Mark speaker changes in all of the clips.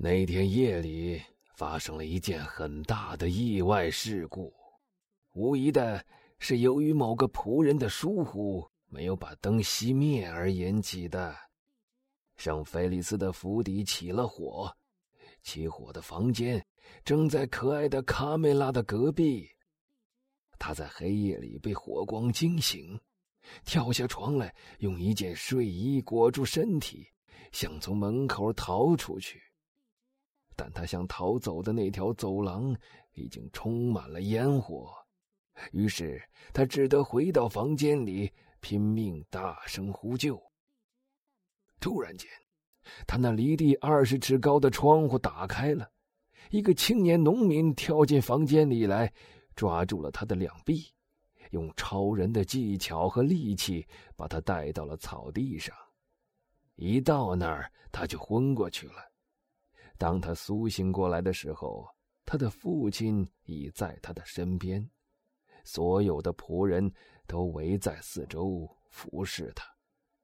Speaker 1: 那天夜里发生了一件很大的意外事故，无疑的是由于某个仆人的疏忽，没有把灯熄灭而引起的。圣菲利斯的府邸起了火，起火的房间正在可爱的卡梅拉的隔壁。他在黑夜里被火光惊醒，跳下床来，用一件睡衣裹住身体，想从门口逃出去。但他想逃走的那条走廊已经充满了烟火，于是他只得回到房间里，拼命大声呼救。突然间，他那离地20尺高的窗户打开了，一个青年农民跳进房间里来，抓住了他的两臂，用超人的技巧和力气把他带到了草地上。一到那儿，他就昏过去了。当他苏醒过来的时候，他的父亲已在他的身边，所有的仆人都围在四周服侍他。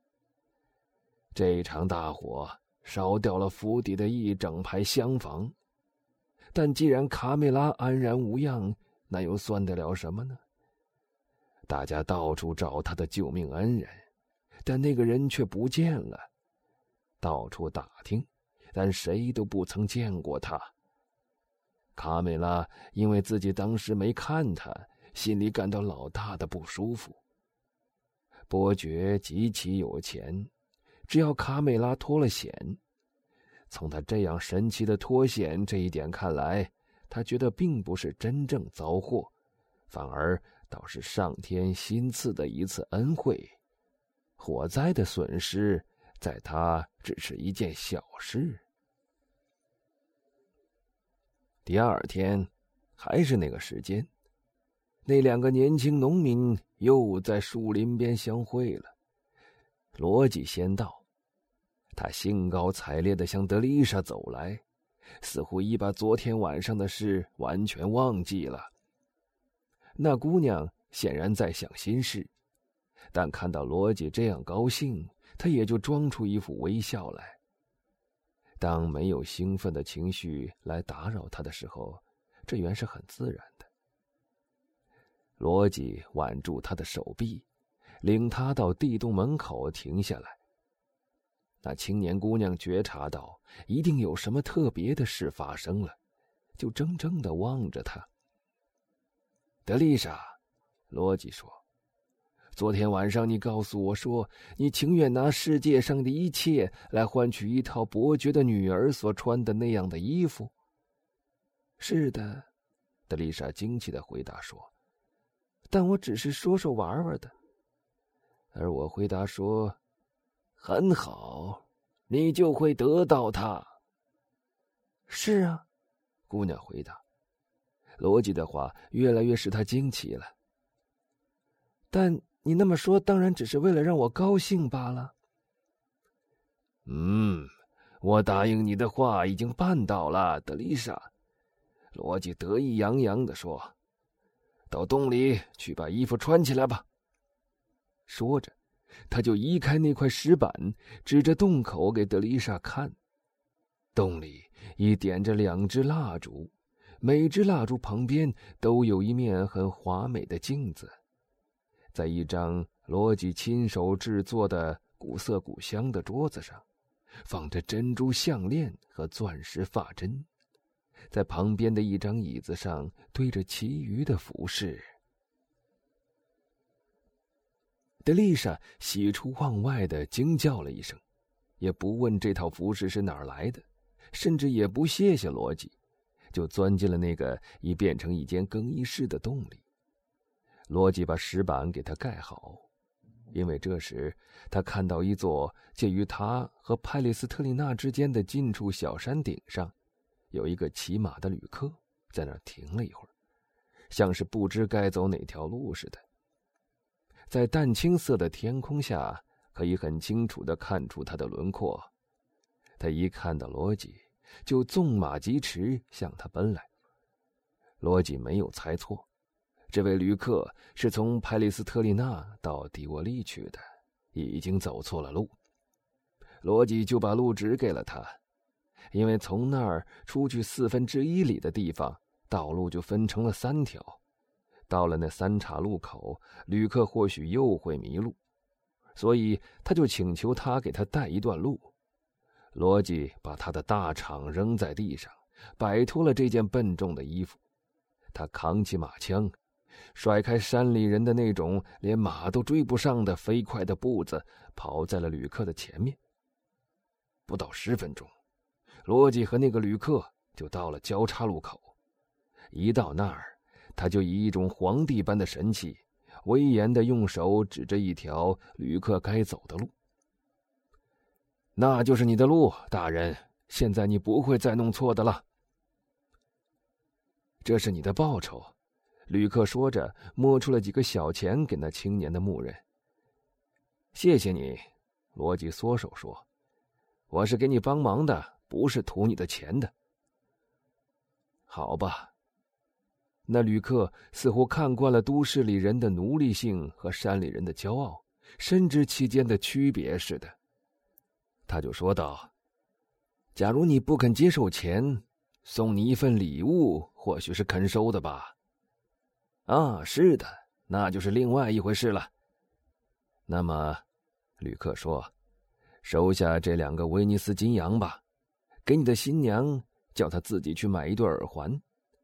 Speaker 1: 这场大火烧掉了府邸的一整排厢房，但既然卡梅拉安然无恙，那又算得了什么呢？大家到处找他的救命恩人，但那个人却不见了。到处打听，但谁都不曾见过他。卡梅拉因为自己当时没看他，心里感到老大的不舒服。伯爵极其有钱，只要卡梅拉脱了险。从他这样神奇的脱险这一点看来，他觉得并不是真正遭祸，反而倒是上天新赐的一次恩惠。火灾的损失在他只是一件小事。第二天，还是那个时间，那两个年轻农民又在树林边相会了。罗辑先到，他兴高采烈地向德丽莎走来，似乎已把昨天晚上的事完全忘记了。那姑娘显然在想心事，但看到罗辑这样高兴，她也就装出一副微笑来。当没有兴奋的情绪来打扰他的时候，这原是很自然的。罗辑挽住他的手臂，领他到地洞门口停下来。那青年姑娘觉察到一定有什么特别的事发生了，就怔怔地望着他。德丽莎，罗辑说，昨天晚上你告诉我说，你情愿拿世界上的一切来换取一套伯爵的女儿所穿的那样的衣服。是的，德丽莎惊奇地回答说，但我只是说说玩玩的。而我回答说，很好，你就会得到它。是啊，姑娘回答。罗辑的话越来越使她惊奇了。但你那么说当然只是为了让我高兴罢了。我答应你的话已经办到了，德丽莎。罗辑得意洋洋地说，到洞里去把衣服穿起来吧。说着，他就移开那块石板，指着洞口给德丽莎看。洞里已点着2支蜡烛，每支蜡烛旁边都有一面很华美的镜子。在一张罗辑亲手制作的古色古香的桌子上，放着珍珠项链和钻石发针。在旁边的一张椅子上堆着其余的服饰。德丽莎喜出望外地惊叫了一声，也不问这套服饰是哪儿来的，甚至也不谢谢罗辑，就钻进了那个已变成一间更衣室的洞里。罗辑把石板给他盖好，因为这时他看到一座介于他和派利斯特丽娜之间的近处小山顶上，有一个骑马的旅客在那儿停了一会儿，像是不知该走哪条路似的。在淡青色的天空下，可以很清楚地看出他的轮廓。他一看到罗辑，就纵马疾驰向他奔来。罗辑没有猜错，这位旅客是从派利斯特丽娜到迪沃利去的，已经走错了路。罗辑就把路指给了他。 因为从那儿出去1/4里的地方，道路就分成了3条。到了那3岔路口，旅客或许又会迷路，所以他就请求他给他带一段路。罗辑把他的大氅扔在地上，摆脱了这件笨重的衣服。他扛起马枪，甩开山里人的那种连马都追不上的飞快的步子，跑在了旅客的前面。不到10分钟，罗辑和那个旅客就到了交叉路口。一到那儿，他就以一种皇帝般的神气，威严地用手指着一条旅客该走的路。那就是你的路，大人，现在你不会再弄错的了。这是你的报酬，旅客说着，摸出了几个小钱给那青年的牧人。谢谢你，罗辑缩手说，我是给你帮忙的，不是图你的钱的。好吧。那旅客似乎看惯了都市里人的奴隶性和山里人的骄傲，深知其间的区别似的。他就说道，假如你不肯接受钱，送你一份礼物，或许是肯收的吧？啊，是的，那就是另外一回事了。那么，旅客说，收下这2个威尼斯金羊吧，给你的新娘，叫她自己去买一对耳环。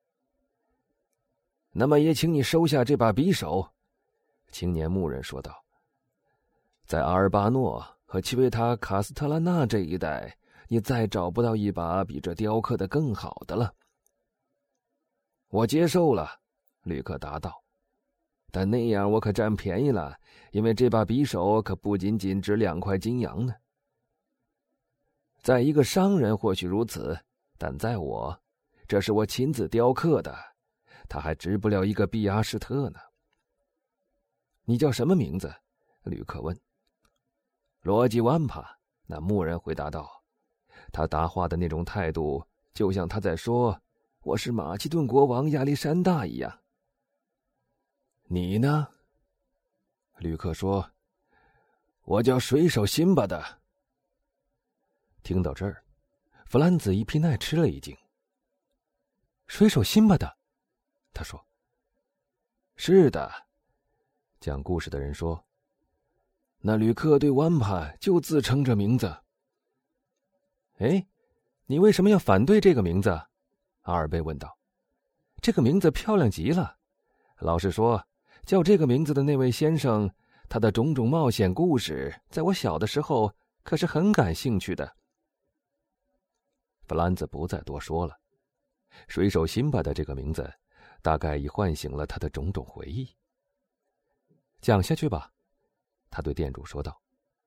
Speaker 1: 那么也请你收下这把匕首，青年牧人说道。在阿尔巴诺和奇维塔卡斯特拉纳这一带，你再找不到一把比这雕刻的更好的了。我接受了，旅客答道，但那样我可占便宜了，因为这把匕首可不仅仅值2块金洋呢。在一个商人或许如此，但在我，这是我亲自雕刻的，它还值不了1个毕阿什特呢。你叫什么名字？旅客问。罗辑万帕，那牧人回答道。他答话的那种态度，就像他在说，我是马其顿国王亚历山大一样。你呢？旅客说，我叫水手辛巴的。听到这儿，弗兰兹伊皮奈吃了一惊。水手辛巴的，他说。是的，讲故事的人说，那旅客对万帕就自称这名字。哎，你为什么要反对这个名字？阿尔贝问道。这个名字漂亮极了。老实说，叫这个名字的那位先生，他的种种冒险故事，在我小的时候可是很感兴趣的。弗兰兹不再多说了。水手辛巴的这个名字，大概已唤醒了他的种种回忆。讲下去吧，他对店主说道。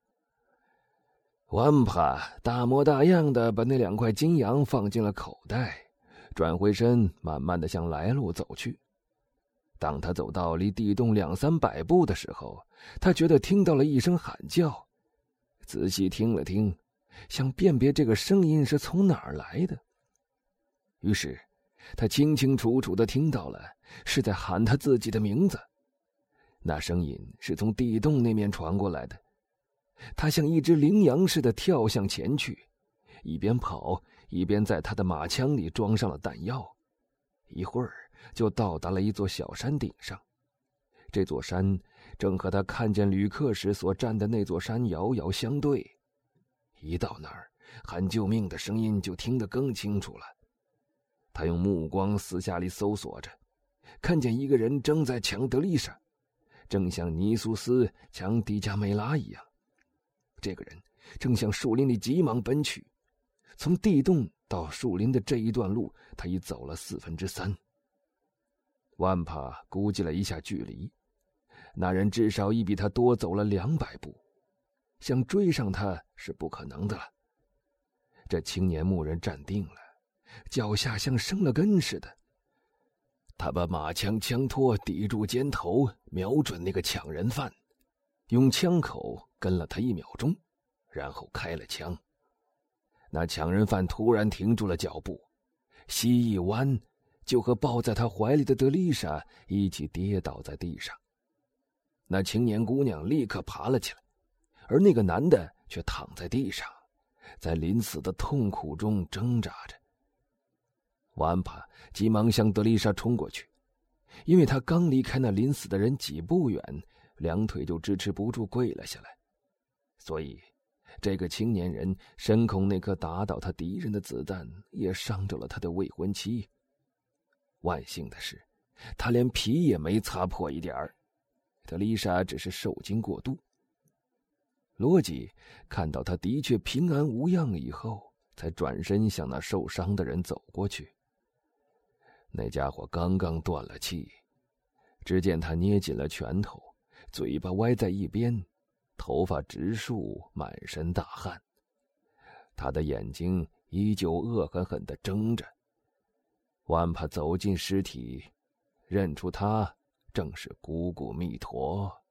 Speaker 1: 万帕大模大样的把那2块金洋放进了口袋，转回身，慢慢的向来路走去。当他走到离地洞200-300步的时候，他觉得听到了一声喊叫，仔细听了听，想辨别这个声音是从哪儿来的。于是他清清楚楚地听到了，是在喊他自己的名字。那声音是从地洞那面传过来的。他像一只羚羊似的跳向前去，一边跑一边在他的马枪里装上了弹药。一会儿就到达了一座小山顶上。这座山正和他看见旅客时所站的那座山遥遥相对。一到那儿，喊救命的声音就听得更清楚了。他用目光四下里搜索着，看见一个人正在抢德丽莎，正像尼苏斯抢迪加梅拉一样。这个人正向树林里急忙奔去，从地洞到树林的这一段路，他已走了3/4。万帕估计了一下距离，那人至少已比他多走了200步，想追上他是不可能的了。这青年牧人站定了，脚下像生了根似的。他把马枪枪托抵住肩头，瞄准那个抢人犯，用枪口跟了他1秒钟，然后开了枪。那抢人犯突然停住了脚步，膝一弯，就和抱在他怀里的德丽莎一起跌倒在地上。那青年姑娘立刻爬了起来，而那个男的却躺在地上， 在临死的痛苦中挣扎着。瓦恩帕急忙向德丽莎冲过去，因为他刚离开那临死的人几步远，两腿就支持不住跪了下来，所以这个青年人深恐那颗打倒他敌人的子弹也伤着了他的未婚妻。万幸的是，他连皮也没擦破一点儿，德丽莎只是受惊过度。罗辑看到他的确平安无恙以后，才转身向那受伤的人走过去。那家伙刚刚断了气，只见他捏紧了拳头，嘴巴歪在一边，头发直竖，满身大汗。他的眼睛依旧恶狠狠地睁着。万帕走进尸体，认出他正是姑姑弥陀。